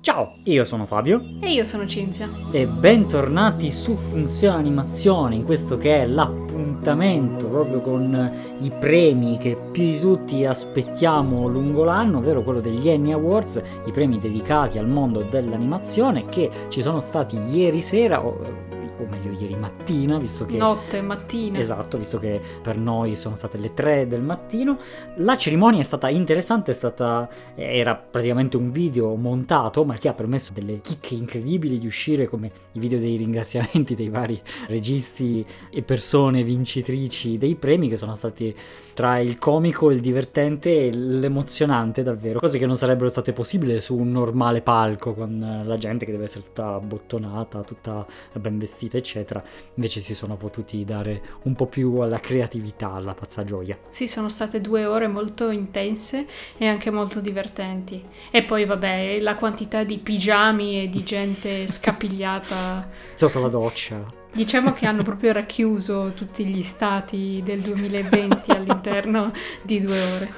Ciao, io sono Fabio e io sono Cinzia e bentornati su Funzione Animazione, in questo che è l'appuntamento proprio con i premi che più di tutti aspettiamo lungo l'anno, ovvero quello degli Annie Awards, i premi dedicati al mondo dell'animazione che ci sono stati ieri sera, o meglio ieri mattina, visto che... Notte, mattina. Esatto, visto che per noi sono state le 3 del mattino. La cerimonia è stata interessante, era praticamente un video montato, ma che ha permesso delle chicche incredibili di uscire, come i video dei ringraziamenti dei vari registi e persone vincitrici dei premi, che sono stati tra il comico, il divertente e l'emozionante davvero, cose che non sarebbero state possibili su un normale palco con la gente che deve essere tutta abbottonata, tutta ben vestita eccetera. Invece si sono potuti dare un po' più alla creatività, alla pazza gioia. Sì, sono state 2 ore molto intense e anche molto divertenti. E poi vabbè, la quantità di pigiami e di gente scapigliata sotto la doccia. Diciamo che hanno proprio racchiuso tutti gli stati del 2020 all'interno di 2 ore.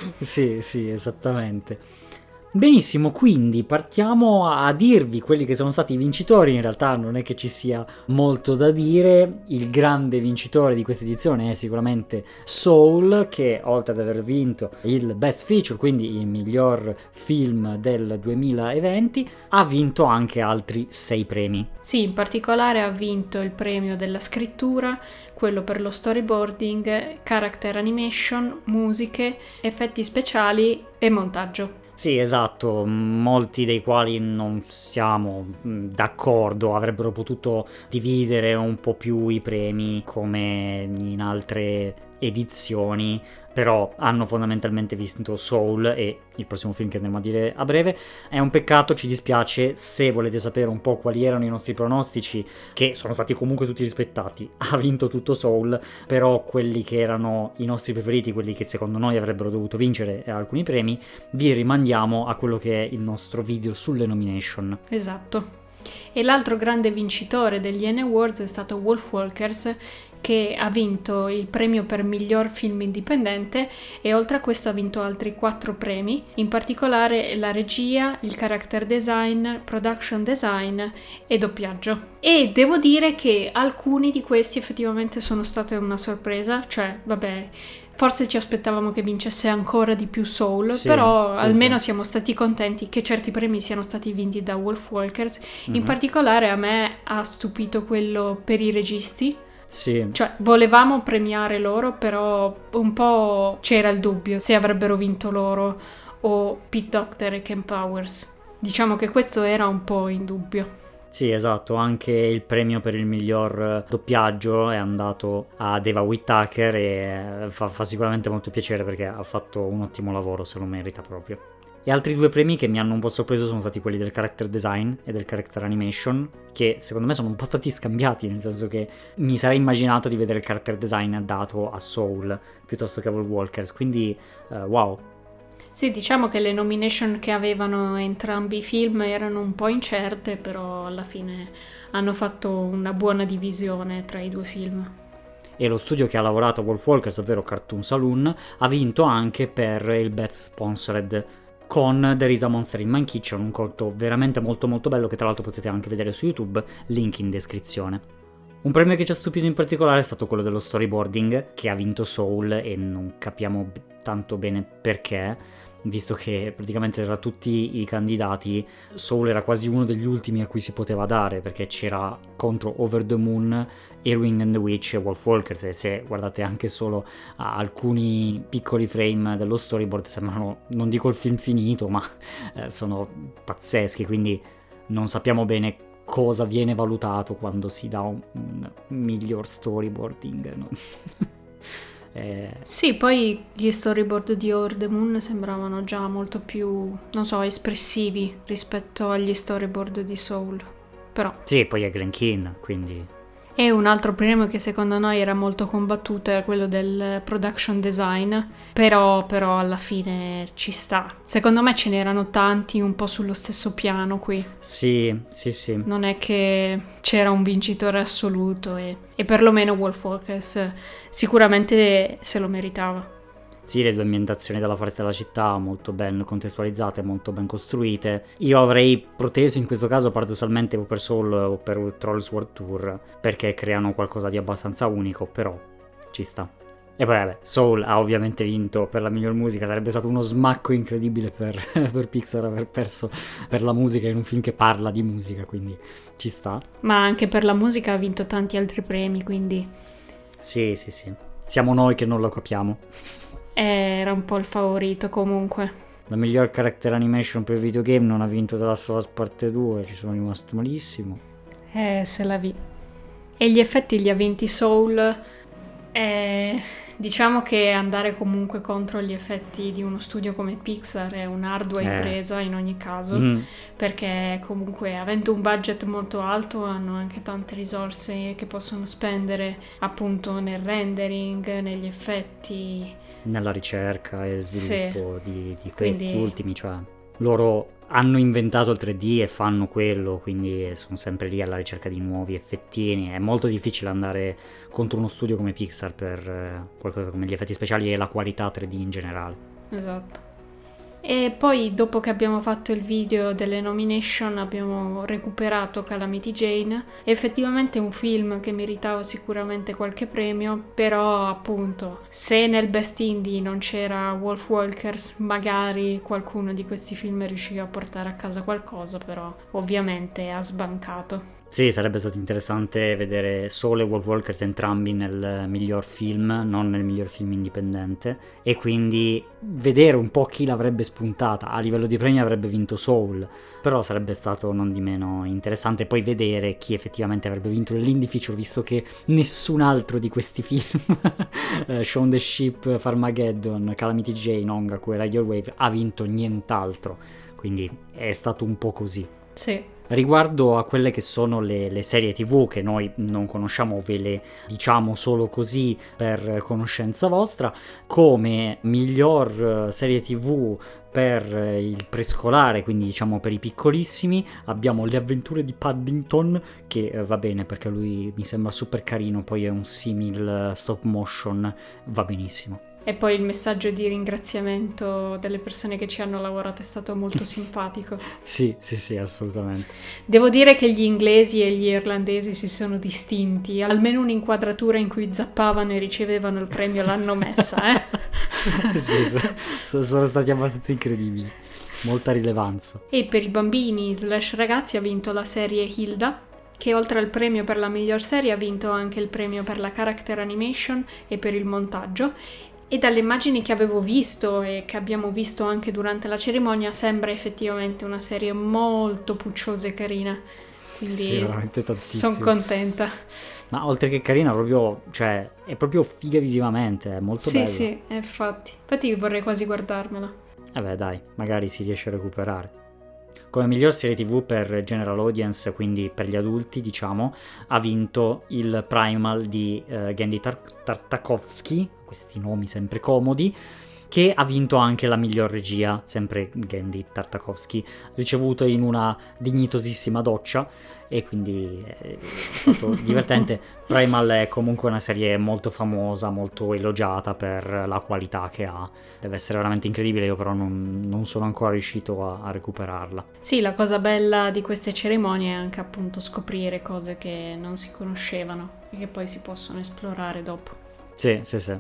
Sì, esattamente. Benissimo, quindi partiamo a dirvi quelli che sono stati i vincitori. In realtà non è che ci sia molto da dire. Il grande vincitore di questa edizione è sicuramente Soul, che oltre ad aver vinto il Best Feature, quindi il miglior film del 2020, ha vinto anche altri 6 premi. Sì, in particolare ha vinto il premio della scrittura, quello per lo storyboarding, character animation, musiche, effetti speciali e montaggio. Sì, esatto, molti dei quali non siamo d'accordo, avrebbero potuto dividere un po' più i premi come in altre edizioni, però hanno fondamentalmente vinto Soul e il prossimo film che andremo a dire a breve. È un peccato, ci dispiace. Se volete sapere un po' quali erano i nostri pronostici, che sono stati comunque tutti rispettati, ha vinto tutto Soul, però quelli che erano i nostri preferiti, quelli che secondo noi avrebbero dovuto vincere alcuni premi, vi rimandiamo a quello che è il nostro video sulle nomination. Esatto. E l'altro grande vincitore degli Annie Awards è stato Wolfwalkers, che ha vinto il premio per miglior film indipendente e oltre a questo ha vinto altri 4 premi, in particolare la regia, il character design, production design e doppiaggio. E devo dire che alcuni di questi effettivamente sono state una sorpresa, cioè vabbè, forse ci aspettavamo che vincesse ancora di più Soul, sì, però almeno siamo stati contenti che certi premi siano stati vinti da Wolfwalkers. In particolare a me ha stupito quello per i registi. Sì. Cioè, volevamo premiare loro, però un po' c'era il dubbio se avrebbero vinto loro o Pete Docter e Ken Powers. Diciamo che questo era un po' in dubbio. Sì, esatto, anche il premio per il miglior doppiaggio è andato a Deva Whittaker e fa sicuramente molto piacere perché ha fatto un ottimo lavoro, se lo merita proprio. E altri 2 premi che mi hanno un po' sorpreso sono stati quelli del character design e del character animation, che secondo me sono un po' stati scambiati, nel senso che mi sarei immaginato di vedere il character design dato a Soul piuttosto che a Wolfwalkers, quindi wow. Sì, diciamo che le nomination che avevano entrambi i film erano un po' incerte, però alla fine hanno fatto una buona divisione tra i 2 film. E lo studio che ha lavorato a Wolfwalkers, ovvero Cartoon Saloon, ha vinto anche per il Best Sponsored con There is a Monster in My Kitchen, un corto veramente molto molto bello che tra l'altro potete anche vedere su YouTube, link in descrizione. Un premio che ci ha stupito in particolare è stato quello dello storyboarding, che ha vinto Soul e non capiamo tanto bene perché, visto che praticamente tra tutti i candidati Soul era quasi uno degli ultimi a cui si poteva dare, perché c'era contro Over the Moon, Earwig and the Witch e Wolfwalkers, e se guardate anche solo alcuni piccoli frame dello storyboard sembrano, non dico il film finito, ma sono pazzeschi, quindi non sappiamo bene cosa viene valutato quando si dà un miglior storyboarding, no? Sì, poi gli storyboard di Over the Moon sembravano già molto più, non so, espressivi rispetto agli storyboard di Soul, però... Sì, poi è Glen Keane, quindi... E un altro premio che secondo noi era molto combattuto era quello del production design, però alla fine ci sta. Secondo me ce n'erano tanti un po' sullo stesso piano qui. Sì. Non è che c'era un vincitore assoluto e perlomeno Wolfwalkers sicuramente se lo meritava. Sì, le due ambientazioni della foresta della città molto ben contestualizzate, molto ben costruite. Io avrei proteso in questo caso paradossalmente o per Soul o per Trolls World Tour, perché creano qualcosa di abbastanza unico, però ci sta. E poi vabbè, Soul ha ovviamente vinto per la miglior musica, sarebbe stato uno smacco incredibile per Pixar aver perso per la musica in un film che parla di musica, quindi ci sta. Ma anche per la musica ha vinto tanti altri premi, quindi... Sì. Siamo noi che non lo capiamo. Era un po' il favorito comunque. La miglior character animation per videogame non ha vinto The Last of Us Parte 2, ci sono rimasto malissimo. Se la vi. E gli effetti li ha vinti Soul. Diciamo che andare comunque contro gli effetti di uno studio come Pixar è un'ardua impresa in ogni caso, perché comunque avendo un budget molto alto hanno anche tante risorse che possono spendere appunto nel rendering, negli effetti, nella ricerca e sviluppo di questi Quindi... ultimi, cioè loro hanno inventato il 3D e fanno quello, quindi sono sempre lì alla ricerca di nuovi effettini. È molto difficile andare contro uno studio come Pixar per qualcosa come gli effetti speciali e la qualità 3D in generale. Esatto. E poi dopo che abbiamo fatto il video delle nomination abbiamo recuperato Calamity Jane. Effettivamente è un film che meritava sicuramente qualche premio, però appunto se nel Best Indie non c'era Wolf Walkers magari qualcuno di questi film riusciva a portare a casa qualcosa, però ovviamente ha sbancato. Sì, sarebbe stato interessante vedere Soul e Wolf Walkers entrambi nel miglior film, non nel miglior film indipendente, e quindi vedere un po' chi l'avrebbe spuntata. A livello di premi avrebbe vinto Soul, però sarebbe stato non di meno interessante poi vedere chi effettivamente avrebbe vinto l'Indie Feature, visto che nessun altro di questi film, Shaun the Sheep, Farmageddon, Calamity Jane, Ongaku e Ride Your Wave, ha vinto nient'altro, quindi è stato un po' così. Sì. Riguardo a quelle che sono le serie TV che noi non conosciamo, ve le diciamo solo così per conoscenza vostra. Come miglior serie TV per il prescolare, quindi diciamo per i piccolissimi, abbiamo Le avventure di Paddington, che va bene perché lui mi sembra super carino, poi è un simil stop motion, va benissimo. E poi il messaggio di ringraziamento delle persone che ci hanno lavorato è stato molto simpatico. Sì, assolutamente. Devo dire che gli inglesi e gli irlandesi si sono distinti, almeno un'inquadratura in cui zappavano e ricevevano il premio l'hanno messa, Sono stati abbastanza incredibili, molta rilevanza. E per i bambini / ragazzi ha vinto la serie Hilda, che oltre al premio per la miglior serie ha vinto anche il premio per la character animation e per il montaggio. E dalle immagini che avevo visto e che abbiamo visto anche durante la cerimonia sembra effettivamente una serie molto pucciosa e carina. Quindi sì, veramente tantissimo. Sono contenta. Ma oltre che carina, proprio, cioè, è proprio figa visivamente, è molto bella. Sì, infatti vorrei quasi guardarmela. Beh, dai, magari si riesce a recuperare. Come miglior serie TV per general audience, quindi per gli adulti, diciamo, ha vinto il Primal di Genndy Tartakovsky, questi nomi sempre comodi, che ha vinto anche la miglior regia, sempre Genndy Tartakovsky, ricevuto in una dignitosissima doccia, e quindi è stato divertente. Primal è comunque una serie molto famosa, molto elogiata per la qualità che ha, deve essere veramente incredibile, io però non sono ancora riuscito a recuperarla. Sì, la cosa bella di queste cerimonie è anche appunto scoprire cose che non si conoscevano e che poi si possono esplorare dopo. Sì.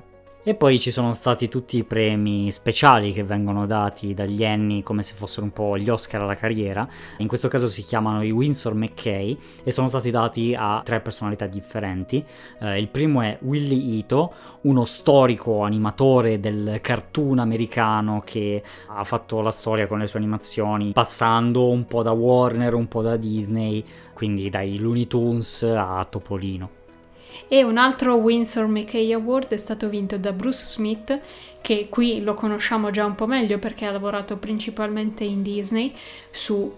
E poi ci sono stati tutti i premi speciali che vengono dati dagli Annie come se fossero un po' gli Oscar alla carriera. In questo caso si chiamano i Winsor McKay e sono stati dati a 3 personalità differenti. Il primo è Willie Ito, uno storico animatore del cartoon americano che ha fatto la storia con le sue animazioni, passando un po' da Warner, un po' da Disney, quindi dai Looney Tunes a Topolino. E un altro Winsor McKay Award è stato vinto da Bruce Smith, che qui lo conosciamo già un po' meglio perché ha lavorato principalmente in Disney su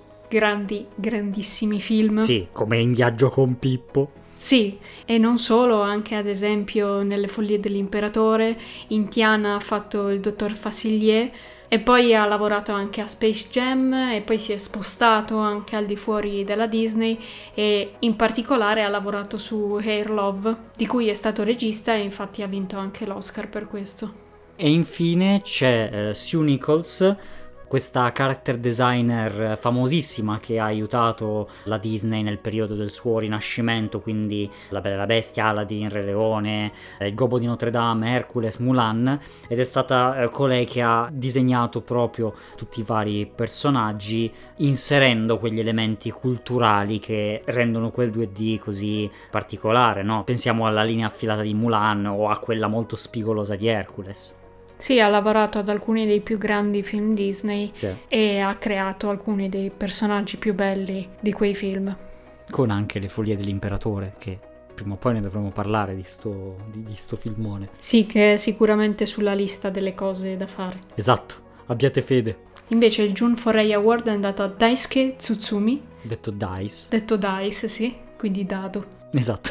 grandissimi film. Sì, come In viaggio con Pippo. Sì, e non solo, anche ad esempio nelle Follie dell'Imperatore, in Tiana ha fatto il dottor Facilier, e poi ha lavorato anche a Space Jam e poi si è spostato anche al di fuori della Disney e in particolare ha lavorato su Hair Love, di cui è stato regista e infatti ha vinto anche l'Oscar per questo. E infine c'è Sue Nichols, questa character designer famosissima che ha aiutato la Disney nel periodo del suo rinascimento, quindi La Bella e la Bestia, Aladdin, Re Leone, Il Gobbo di Notre Dame, Hercules, Mulan, ed è stata colei che ha disegnato proprio tutti i vari personaggi, inserendo quegli elementi culturali che rendono quel 2D così particolare, no? Pensiamo alla linea affilata di Mulan o a quella molto spigolosa di Hercules. Sì, ha lavorato ad alcuni dei più grandi film Disney, Sì. E ha creato alcuni dei personaggi più belli di quei film. Con anche Le Follie dell'Imperatore, che prima o poi ne dovremo parlare di sto filmone. Sì, che è sicuramente sulla lista delle cose da fare. Esatto, abbiate fede. Invece il June Foray Award è andato a Daisuke Tsutsumi, Detto Dice. detto Dice, sì, quindi dado. Esatto.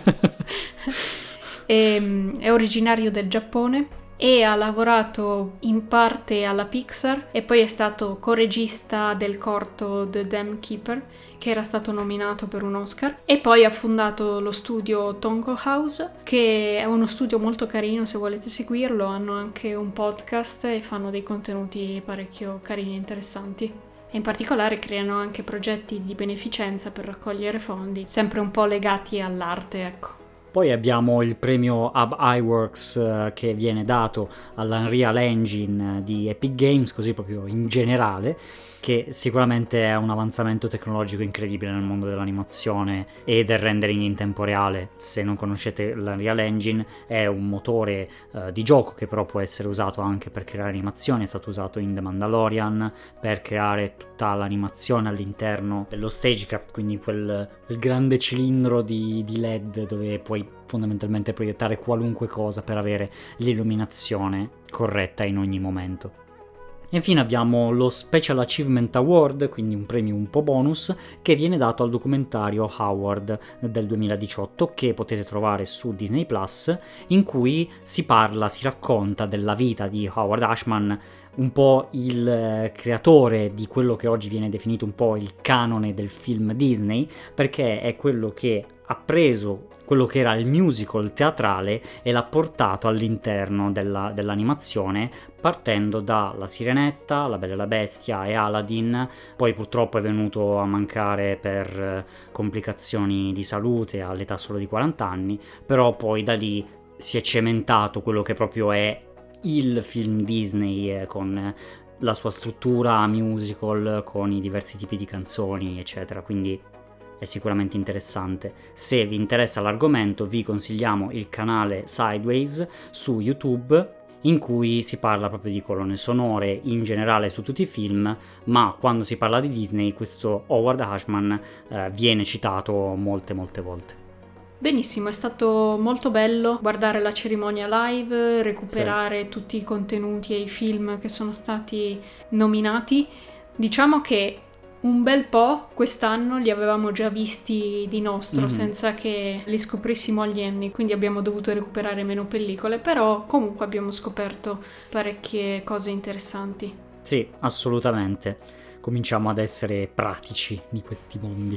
È originario del Giappone e ha lavorato in parte alla Pixar e poi è stato co-regista del corto The Dam Keeper, che era stato nominato per un Oscar, e poi ha fondato lo studio Tonko House, che è uno studio molto carino se volete seguirlo. Hanno anche un podcast e fanno dei contenuti parecchio carini e interessanti. E in particolare creano anche progetti di beneficenza per raccogliere fondi, sempre un po' legati all'arte, ecco. Poi abbiamo il premio Hub iWorks che viene dato all'Unreal Engine di Epic Games, così proprio in generale, che sicuramente è un avanzamento tecnologico incredibile nel mondo dell'animazione e del rendering in tempo reale. Se non conoscete l'Unreal Engine, è un motore di gioco che però può essere usato anche per creare animazioni. È stato usato in The Mandalorian per creare tutta l'animazione all'interno dello stagecraft, quindi quel grande cilindro di LED dove puoi fondamentalmente proiettare qualunque cosa per avere l'illuminazione corretta in ogni momento. E infine abbiamo lo Special Achievement Award, quindi un premio un po' bonus, che viene dato al documentario Howard del 2018, che potete trovare su Disney Plus, in cui si racconta della vita di Howard Ashman, un po' il creatore di quello che oggi viene definito un po' il canone del film Disney, perché è quello che ha preso quello che era il musical teatrale e l'ha portato all'interno dell'animazione, partendo da La Sirenetta, La Bella e la Bestia e Aladdin. Poi purtroppo è venuto a mancare per complicazioni di salute all'età solo di 40 anni, però poi da lì si è cementato quello che proprio è il film Disney, con la sua struttura musical, con i diversi tipi di canzoni eccetera, quindi è sicuramente interessante. Se vi interessa l'argomento vi consigliamo il canale Sideways su YouTube, in cui si parla proprio di colonne sonore in generale su tutti i film, ma quando si parla di Disney questo Howard Ashman viene citato molte volte. Benissimo, è stato molto bello guardare la cerimonia live, recuperare tutti i contenuti e i film che sono stati nominati. Diciamo che un bel po' quest'anno li avevamo già visti di nostro, senza che li scoprissimo agli anni, quindi abbiamo dovuto recuperare meno pellicole, però comunque abbiamo scoperto parecchie cose interessanti. Sì, assolutamente. Cominciamo ad essere pratici di questi mondi.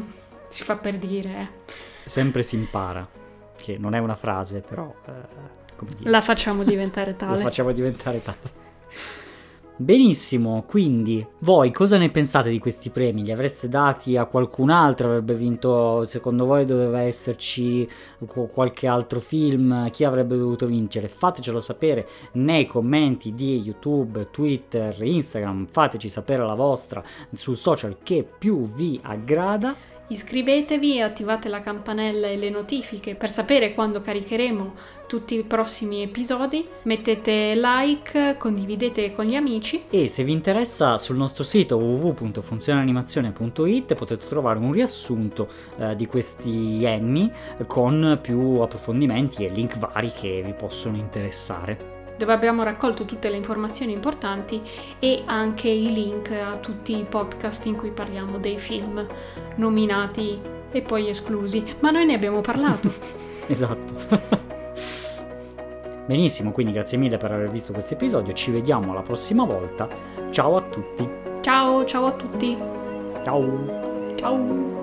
Si fa per dire, Sempre si impara, che non è una frase, però come dire, la facciamo diventare tale. La facciamo diventare tale. Benissimo, quindi voi cosa ne pensate di questi premi? Li avreste dati a qualcun altro? Avrebbe vinto, secondo voi doveva esserci qualche altro film? Chi avrebbe dovuto vincere? Fatecelo sapere nei commenti di YouTube, Twitter, Instagram. Fateci sapere la vostra sul social che più vi aggrada. Iscrivetevi e attivate la campanella e le notifiche per sapere quando caricheremo tutti i prossimi episodi. Mettete like, condividete con gli amici. E se vi interessa, sul nostro sito www.funzionaanimazione.it potete trovare un riassunto di questi anni con più approfondimenti e link vari che vi possono interessare, dove abbiamo raccolto tutte le informazioni importanti e anche i link a tutti i podcast in cui parliamo dei film nominati e poi esclusi, ma noi ne abbiamo parlato. Esatto. Benissimo, quindi grazie mille per aver visto questo episodio, ci vediamo alla prossima volta, ciao a tutti. Ciao a tutti. Ciao.